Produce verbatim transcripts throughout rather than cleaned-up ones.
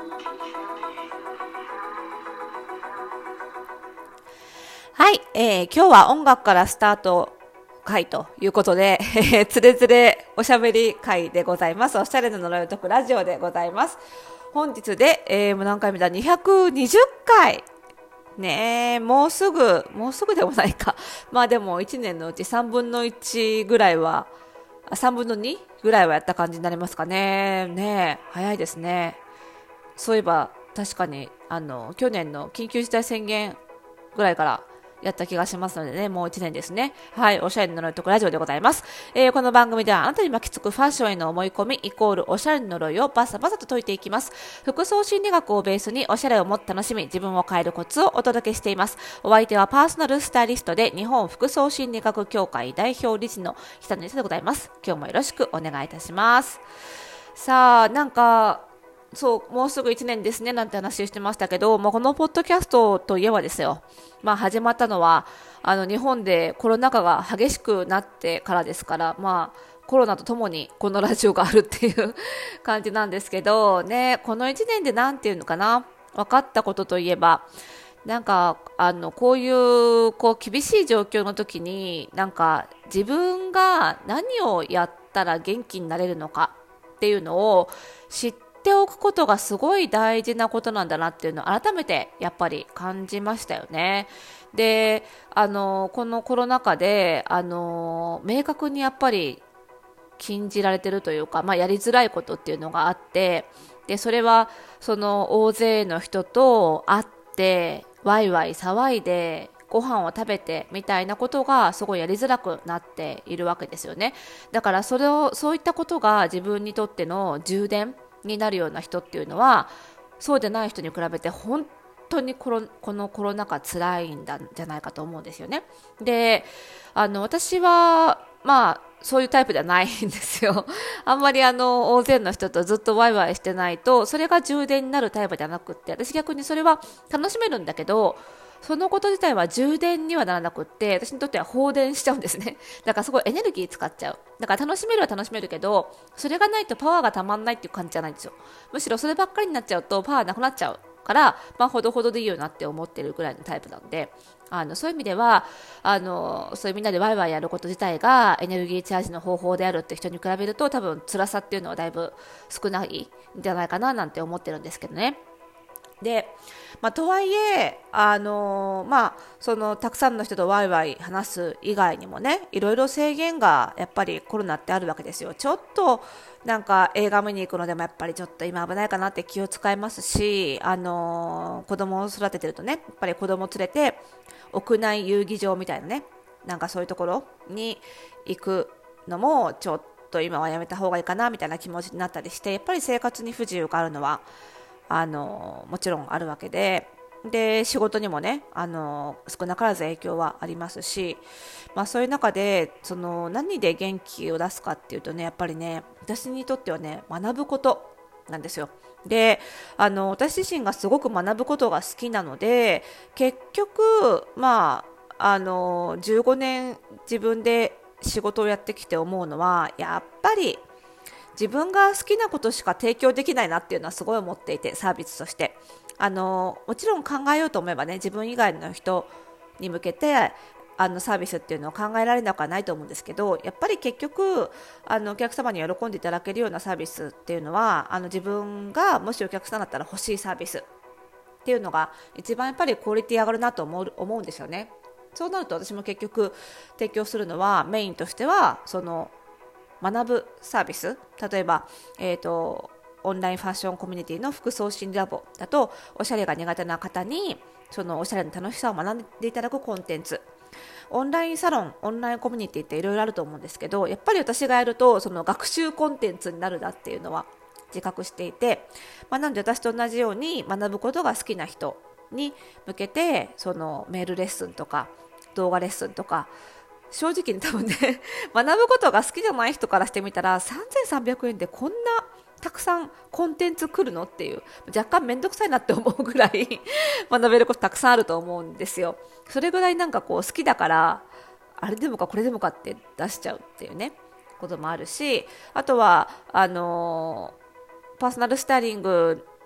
はい、えー、今日は音楽からスタート会ということで、えー、つれつれおしゃべり会でございます。おしゃれな呪いを解くラジオでございます。本日で、えー、もう何回目だ、にひゃくにじゅっかい。ねえ、もうすぐ、もうすぐでもないか。まあでもいちねんのうちさんぶんのいちぐらいは、さんぶんのにぐらいはやった感じになりますかね。ねえ、早いですね。そういえば、確かに、あの、去年の緊急事態宣言ぐらいからやった気がしますのでね、もういちねんですね。はい、おしゃれの呪いとくラジオでございます。えー、この番組ではあなたに巻きつくファッションへの思い込みイコールおしゃれの呪いをバサバサと解いていきます。服装心理学をベースにおしゃれをもっと楽しみ、自分を変えるコツをお届けしています。お相手はパーソナルスタイリストで日本服装心理学協会代表理事の北野里でございます。今日もよろしくお願いいたします。さあ、なんか、そう、もうすぐいちねんですねなんて話してましたけど、もうこのポッドキャストといえばですよ、まあ始まったのは、あの日本でコロナ禍が激しくなってからですから、まあコロナとともにこのラジオがあるっていう感じなんですけど、ね、このいちねんでなんていうのかな、分かったことといえば、なんか、あの、こういう、こう、厳しい状況の時に、なんか、自分が何をやったら元気になれるのかっていうのを知ってっておくことがすごい大事なことなんだなっていうのを改めてやっぱり感じましたよね。で、あのこのコロナ禍であの明確にやっぱり禁じられてるというか、まあ、やりづらいことっていうのがあって、でそれはその大勢の人と会ってワイワイ騒いでご飯を食べてみたいなことがすごいやりづらくなっているわけですよね。だからそれをそういったことが自分にとっての充電になるような人っていうのはそうでない人に比べて本当にコロこのコロナ禍辛いんだじゃないかと思うんですよね。で、あの私はまあそういうタイプではないんですよ。あんまりあの大勢の人とずっとワイワイしてないとそれが充電になるタイプじゃなくって、私逆にそれは楽しめるんだけど、そのこと自体は充電にはならなくって、私にとっては放電しちゃうんですね。だからすごいエネルギー使っちゃう。だから楽しめるは楽しめるけど、それがないとパワーがたまんないっていう感じじゃないんですよ。むしろそればっかりになっちゃうとパワーなくなっちゃうから、まあほどほどでいいよなって思ってるぐらいのタイプなんで、あのそういう意味ではあのそういうみんなでワイワイやること自体がエネルギーチャージの方法であるって人に比べると、多分辛さっていうのはだいぶ少ないんじゃないかななんて思ってるんですけどね。で、まあ、とはいえ、あのーまあ、そのたくさんの人とワイワイ話す以外にもね、いろいろ制限がやっぱりコロナってあるわけですよ。ちょっとなんか映画見に行くのでもやっぱりちょっと今危ないかなって気を使いますし、あのー子供を育ててるとね、やっぱり子供を連れて屋内遊技場みたいなね、なんかそういうところに行くのもちょっと今はやめた方がいいかなみたいな気持ちになったりして、やっぱり生活に不自由があるのはあのもちろんあるわけで、で仕事にもね、あの少なからず影響はありますし、まあ、そういう中でその何で元気を出すかっていうとね、やっぱりね、私にとってはね、学ぶことなんですよ。で、あの私自身がすごく学ぶことが好きなので、結局まああのじゅうごねん自分で仕事をやってきて思うのは、やっぱり自分が好きなことしか提供できないなっていうのはすごい思っていて、サービスとしてあのもちろん考えようと思えばね、自分以外の人に向けてあのサービスっていうのを考えられなくはないと思うんですけど、やっぱり結局あのお客様に喜んでいただけるようなサービスっていうのは、あの自分がもしお客さんだったら欲しいサービスっていうのが一番やっぱりクオリティ上がるなと思う、思うんですよね。そうなると私も結局提供するのはメインとしてはその学ぶサービス、例えば、えーと、オンラインファッションコミュニティの服装心理ラボだと、おしゃれが苦手な方にそのおしゃれの楽しさを学んでいただくコンテンツ、オンラインサロン、オンラインコミュニティっていろいろあると思うんですけど、やっぱり私がやるとその学習コンテンツになるなっていうのは自覚していて、まあ、なので私と同じように学ぶことが好きな人に向けてそのメールレッスンとか動画レッスンとか、正直に多分ね学ぶことが好きじゃない人からしてみたらさんぜんさんびゃくえんでこんなたくさんコンテンツ来るのっていう、若干めんどくさいなって思うぐらい学べることたくさんあると思うんですよ。それぐらいなんかこう好きだからあれでもかこれでもかって出しちゃうっていうねこともあるし、あとはあのーパーソナルスタイリング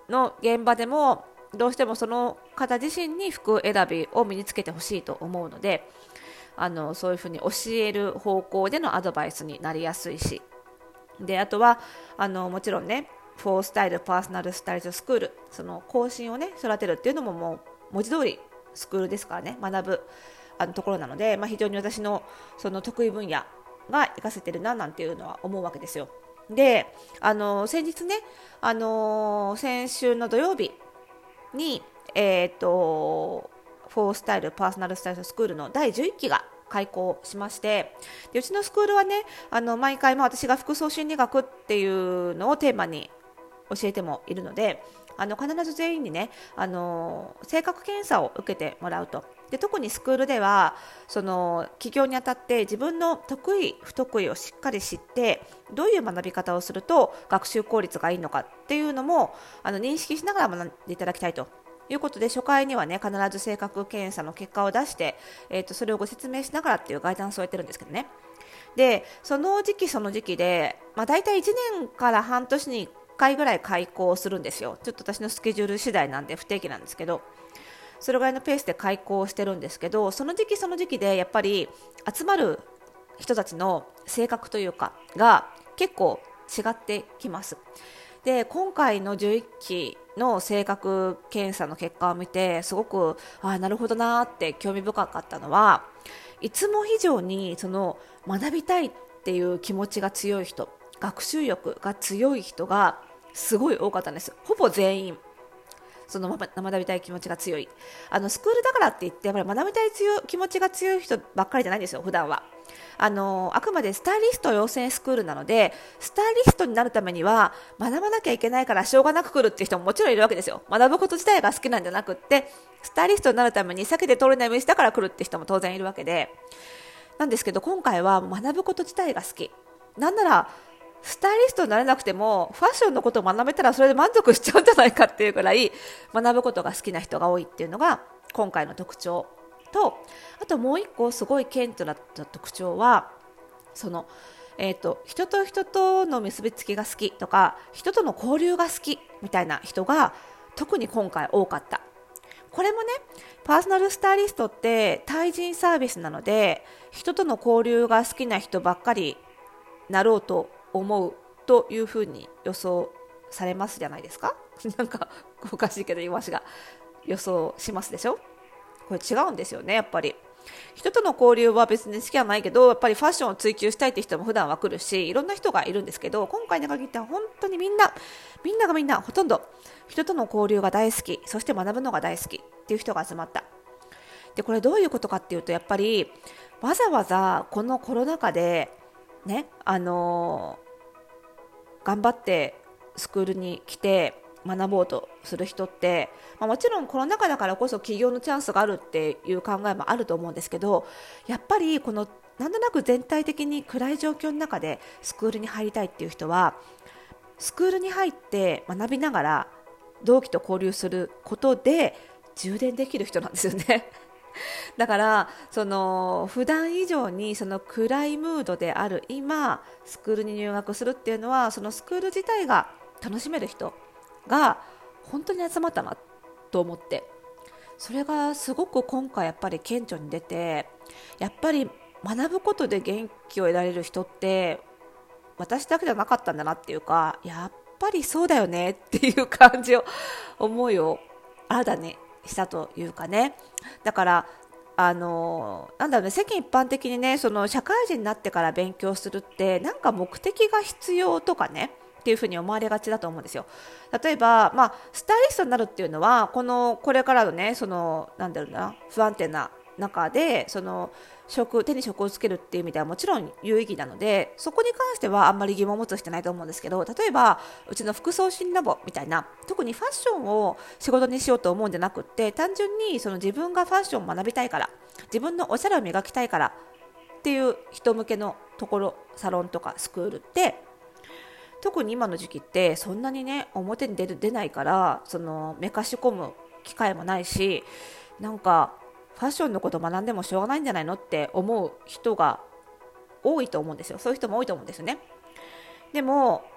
の現場でもどうしてもその方自身に服選びを身につけてほしいと思うので、あのそういうふうに教える方向でのアドバイスになりやすいし、であとはあのもちろんね、フォースタイルパーソナルスタイリストスクール、その後進をね育てるっていうのももう文字通りスクールですからね、学ぶあのところなので、まあ、非常に私のその得意分野が活かせてるななんていうのは思うわけですよ。で、あの先日ね、あの先週の土曜日に、えー、とフォースタイルパーソナルスタイルスクールのだいじゅういっきが開講しまして、でうちのスクールはね、あの毎回、まあ、私が服装心理学っていうのをテーマに教えてもいるので、あの必ず全員にね、あの性格検査を受けてもらうと。で特にスクールではその起業にあたって自分の得意不得意をしっかり知って、どういう学び方をすると学習効率がいいのかっていうのもあの認識しながら学んでいただきたいということで、初回にはね必ず性格検査の結果を出して、えー、とそれをご説明しながらっていうガイダンスをやってるんですけどね。でその時期その時期で、まあ、大体いちねんから半年にいっかいぐらい開講するんですよ。ちょっと私のスケジュール次第なんで不定期なんですけど、それぐらいのペースで開講してるんですけど、その時期その時期でやっぱり集まる人たちの性格というかが結構違ってきます。で今回のじゅういっきの性格検査の結果を見て、すごくあなるほどなって興味深かったのは、いつも以上にその学びたいっていう気持ちが強い人、学習欲が強い人がすごい多かったんです。ほぼ全員その学びたい気持ちが強い、あのスクールだからって言ってやっぱり学びたい強い気持ちが強い人ばっかりじゃないんですよ。普段はあのあくまでスタイリスト養成スクールなので、スタイリストになるためには学ばなきゃいけないからしょうがなく来るっていう人ももちろんいるわけですよ。学ぶこと自体が好きなんじゃなくって、スタイリストになるために避けて通れない道だから来るって人も当然いるわけで、なんですけど今回は学ぶこと自体が好き、なんならスタイリストになれなくてもファッションのことを学べたらそれで満足しちゃうんじゃないかっていうくらい学ぶことが好きな人が多いっていうのが今回の特徴と、あともう一個すごい顕著だった特徴は、その、えーと、人と人との結びつきが好きとか人との交流が好きみたいな人が特に今回多かった。これもね、パーソナルスタイリストって対人サービスなので、人との交流が好きな人ばっかりなろうと思うというふうに予想されますじゃないですか。なんかおかしいけど言い回しが予想しますでしょ。これ違うんですよね。やっぱり人との交流は別に好きはないけど、やっぱりファッションを追求したいって人も普段は来るし、いろんな人がいるんですけど、今回に限っては本当にみんなみんながみんなほとんど人との交流が大好き、そして学ぶのが大好きっていう人が集まった。でこれどういうことかっていうと、やっぱりわざわざこのコロナ禍でね、あのー頑張ってスクールに来て学ぼうとする人って、まあ、もちろんコロナ禍だからこそ起業のチャンスがあるっていう考えもあると思うんですけど、やっぱりこのなんとなく全体的に暗い状況の中でスクールに入りたいっていう人は、スクールに入って学びながら同期と交流することで充電できる人なんですよね。だからその普段以上にその暗いムードである今スクールに入学するっていうのは、そのスクール自体が楽しめる人が本当に集まったなと思って、それがすごく今回やっぱり顕著に出て、やっぱり学ぶことで元気を得られる人って私だけじゃなかったんだなっていうか、やっぱりそうだよねっていう感じを思いを新たにしたというかね。だからあのなんだろうね、世間一般的にね、その社会人になってから勉強するってなんか目的が必要とかねっていうふうに思われがちだと思うんですよ。例えば、まあ、スタイリストになるっていうのはこのこれからのね、そのなんだろうな、不安定な中でその職手に職をつけるっていう意味ではもちろん有意義なので、そこに関してはあんまり疑問を持つ必要ないと思うんですけど、例えばうちの服装診ラボみたいな、特にファッションを仕事にしようと思うんじゃなくって、単純にその自分がファッションを学びたいから、自分のおしゃれを磨きたいからっていう人向けのところ、サロンとかスクールって、特に今の時期ってそんなにね表に出る出ないから、そのめかし込む機会もないし、なんかファッションのこと学んでもしょうがないんじゃないのって思う人が多いと思うんですよ。そういう人も多いと思うんですよね。でも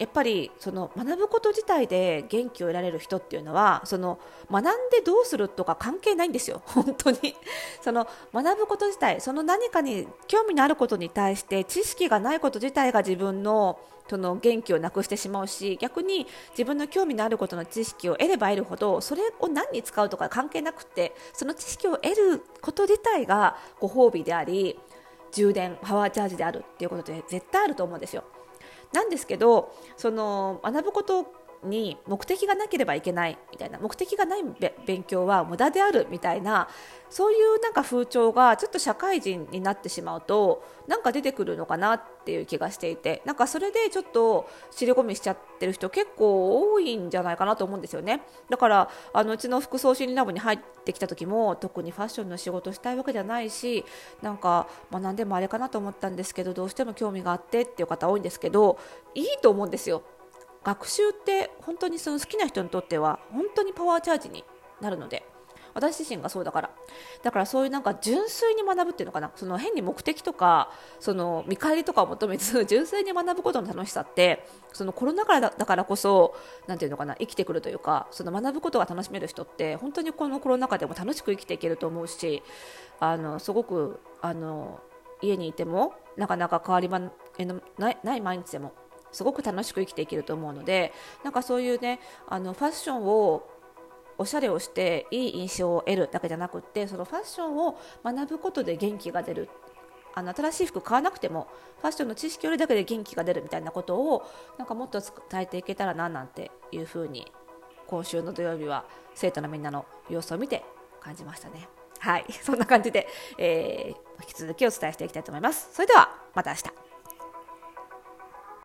やっぱりその学ぶこと自体で元気を得られる人っていうのは、その学んでどうするとか関係ないんですよ、本当に。その学ぶこと自体、その何かに興味のあることに対して知識がないこと自体が自分のその元気をなくしてしまうし、逆に自分の興味のあることの知識を得れば得るほど、それを何に使うとか関係なくて、その知識を得ること自体がご褒美であり、充電パワーチャージであるっていうことで絶対あると思うんですよ。なんですけど、その学ぶことに目的がなければいけないみたいな、目的がない勉強は無駄であるみたいな、そういうなんか風潮がちょっと社会人になってしまうとなんか出てくるのかなっていう気がしていて、なんかそれでちょっと尻込みしちゃってる人結構多いんじゃないかなと思うんですよね。だからあのうちの服装心理ラボに入ってきた時も、特にファッションの仕事したいわけじゃないし、なんか学んでもあれかなと思ったんですけど、どうしても興味があってっていう方多いんですけど、いいと思うんですよ。学習って本当にその好きな人にとっては本当にパワーチャージになるので、私自身がそうだからだからそういうなんか純粋に学ぶっていうのかな、その変に目的とかその見返りとかを求めず純粋に学ぶことの楽しさって、そのコロナ禍だからこそなんていうのかな、生きてくるというか、その学ぶことが楽しめる人って本当にこのコロナ禍でも楽しく生きていけると思うし、あのすごくあの家にいてもなかなか変わり映えのない、ない毎日でもすごく楽しく生きていけると思うので、なんかそういうね、あのファッションをおしゃれをしていい印象を得るだけじゃなくって、そのファッションを学ぶことで元気が出る、あの新しい服買わなくてもファッションの知識を得るだけで元気が出るみたいなことをなんかもっと伝えていけたらななんていうふうに、今週の土曜日は生徒のみんなの様子を見て感じましたね。はい、そんな感じで、えー、引き続きお伝えしていきたいと思います。それではまた明日。